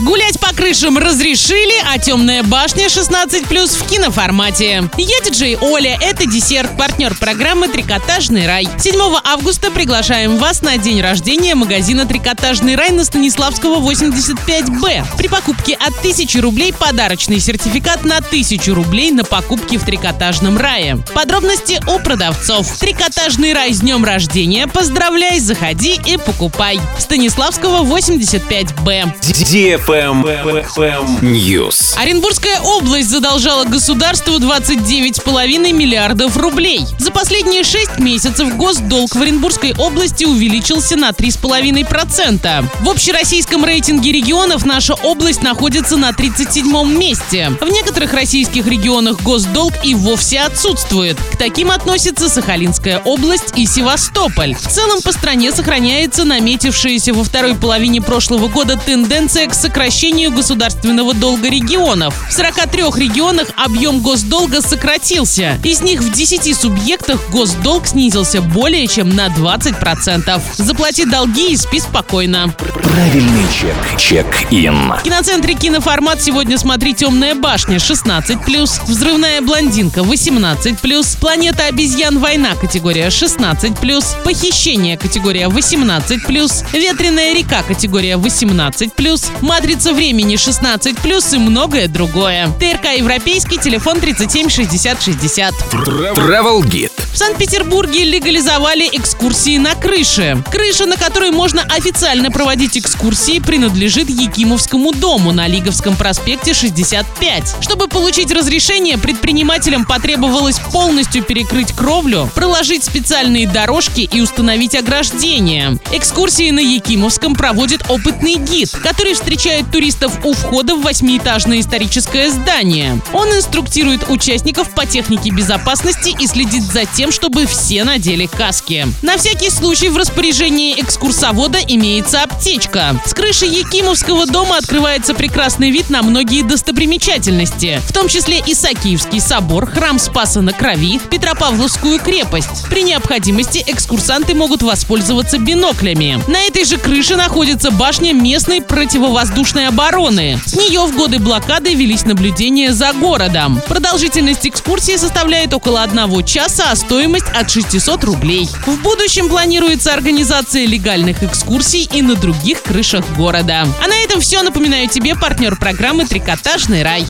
Гулять по крышам разрешили, а «Темная башня» 16+ в киноформате. Я диджей Оля, это десерт, партнер программы «Трикотажный рай». 7 августа приглашаем вас на день рождения магазина «Трикотажный рай» на Станиславского, 85Б. При покупке от 1000 рублей подарочный сертификат на 1000 рублей на покупки в «Трикотажном рае». Подробности у продавцов. «Трикотажный рай» с днем рождения. Поздравляй, заходи и покупай. Станиславского, 85Б. News. Оренбургская область задолжала государству 29,5 миллиардов рублей. За последние 6 месяцев госдолг в Оренбургской области увеличился на 3,5%. В общероссийском рейтинге регионов наша область находится на 37-м месте. В некоторых российских регионах госдолг и вовсе отсутствует. К таким относятся Сахалинская область и Севастополь. В целом по стране сохраняется наметившаяся во второй половине прошлого года тенденция к сокращению государственного долга регионов. В 43 регионах объем госдолга сократился. Из них в 10 субъектах госдолг снизился более чем на 20%. Заплати долги и спи спокойно. Правильный чек. Чек-ин. В киноцентре «Киноформат» сегодня смотри «Темная башня» 16+, «Взрывная блондинка» 18+, «Планета обезьян. Война» категория 16+, «Похищение» категория 18+, «Ветреная река» категория 18+, «Матрица времени» 16+, и многое другое. ТРК «Европейский», телефон 37 60 60. Travel Guide. В Санкт-Петербурге легализовали экскурсии на крыше. Крыша, на которой можно официально проводить экскурсии, принадлежит Якимовскому дому на Лиговском проспекте 65. Чтобы получить разрешение, предпринимателям потребовалось полностью перекрыть кровлю, проложить специальные дорожки и установить ограждение. Экскурсии на Якимовском проводит опытный гид, который встречает туристов у входа в 8-этажное историческое здание. Он инструктирует участников по технике безопасности и следит за тем, чтобы все надели каски. На всякий случай в распоряжении экскурсовода имеется аптечка. С крыши Якимовского дома открывается прекрасный вид на многие достопримечательности, в том числе Исаакиевский собор, храм Спаса на Крови, Петропавловскую крепость. При необходимости экскурсанты могут воспользоваться биноклями. На этой же крыше находится башня местной противовоздушной обороны. С нее в годы блокады велись наблюдения за городом. Продолжительность экскурсии составляет около 1 часа, а стоимость от 600 рублей. В будущем планируется организация легальных экскурсий и на других крышах города. А на этом все. Напоминаю тебе, партнер программы «Трикотажный рай».